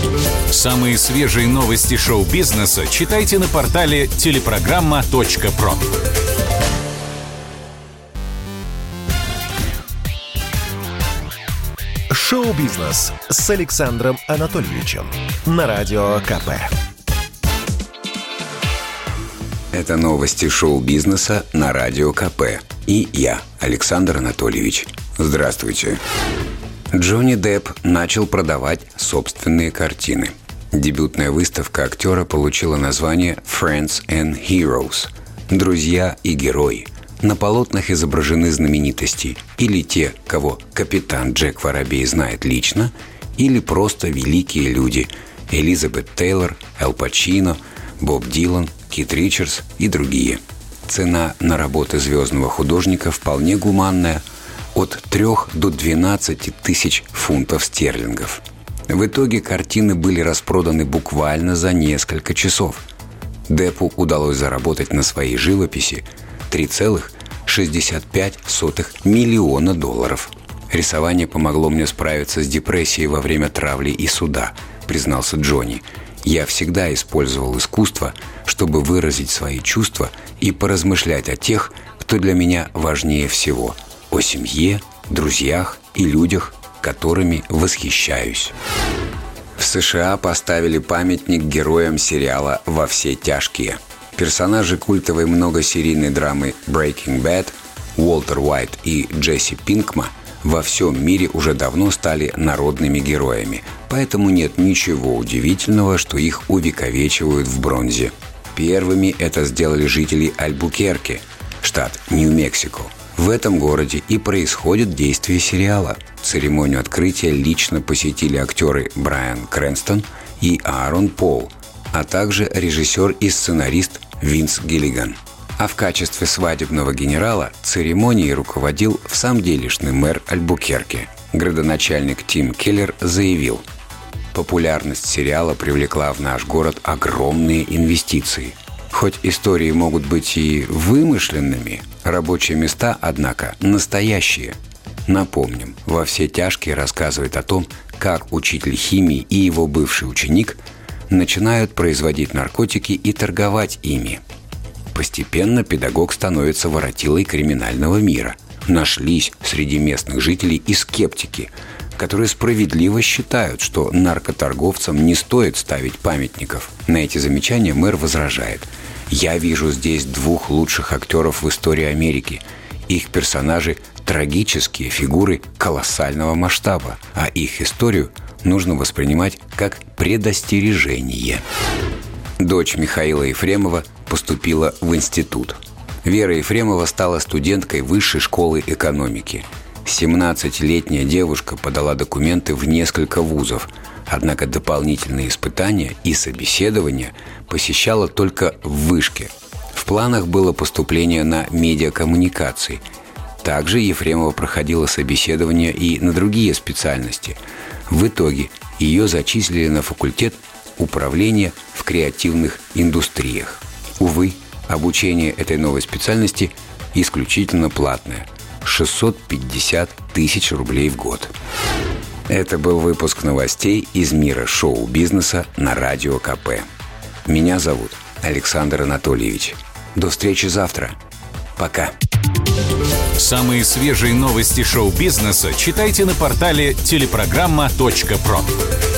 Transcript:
Самые свежие новости шоу-бизнеса читайте на портале телепрограмма.про. Шоу-бизнес с Александром Анатольевичем на Радио КП. Это новости шоу-бизнеса на Радио КП. И я, Александр Анатольевич. Здравствуйте. Джонни Депп начал продавать собственные картины. Дебютная выставка актера получила название «Friends and Heroes» – «Друзья и герои». На полотнах изображены знаменитости или те, кого капитан Джек Воробей знает лично, или просто великие люди – Элизабет Тейлор, Аль Пачино, Боб Дилан, Кит Ричардс и другие. Цена на работы звездного художника вполне гуманная – от 3 до 12 тысяч фунтов стерлингов. В итоге картины были распроданы буквально за несколько часов. Деппу удалось заработать на своей живописи $3,65 миллиона. «Рисование помогло мне справиться с депрессией во время травли и суда», признался Джонни. «Я всегда использовал искусство, чтобы выразить свои чувства и поразмышлять о тех, кто для меня важнее всего, о семье, друзьях и людях, которыми восхищаюсь». В США поставили памятник героям сериала «Во все тяжкие». Персонажи культовой многосерийной драмы Breaking Bad, Уолтер Уайт и Джесси Пинкма во всем мире уже давно стали народными героями, поэтому нет ничего удивительного, что их увековечивают в бронзе. Первыми это сделали жители Альбукерке, штат Нью-Мексико. В этом городе и происходит действие сериала. Церемонию открытия лично посетили актеры Брайан Крэнстон и Аарон Пол, а также режиссер и сценарист Винс Гиллиган. А в качестве свадебного генерала церемонией руководил всамделишный мэр Альбукерке. Градоначальник Тим Келлер заявил: «Популярность сериала привлекла в наш город огромные инвестиции. Хоть истории могут быть и вымышленными, рабочие места, однако, настоящие». Напомним, «Во все тяжкие» рассказывает о том, как учитель химии и его бывший ученик начинают производить наркотики и торговать ими. Постепенно педагог становится воротилой криминального мира. Нашлись среди местных жителей и скептики, которые справедливо считают, что наркоторговцам не стоит ставить памятников. На эти замечания мэр возражает: «Я вижу здесь двух лучших актеров в истории Америки. Их персонажи – трагические фигуры колоссального масштаба, а их историю нужно воспринимать как предостережение». Дочь Михаила Ефремова поступила в институт. Вера Ефремова стала студенткой Высшей школы экономики. 17-летняя девушка подала документы в несколько вузов, однако дополнительные испытания и собеседования посещала только в Вышке. В планах было поступление на медиакоммуникации. Также Ефремова проходила собеседование и на другие специальности. В итоге ее зачислили на факультет управления в креативных индустриях. Увы, обучение этой новой специальности исключительно платное – 650 тысяч рублей в год. Это был выпуск новостей из мира шоу-бизнеса на Радио КП. Меня зовут Александр Анатольевич. До встречи завтра. Пока. Самые свежие новости шоу-бизнеса читайте на портале телепрограмма.про.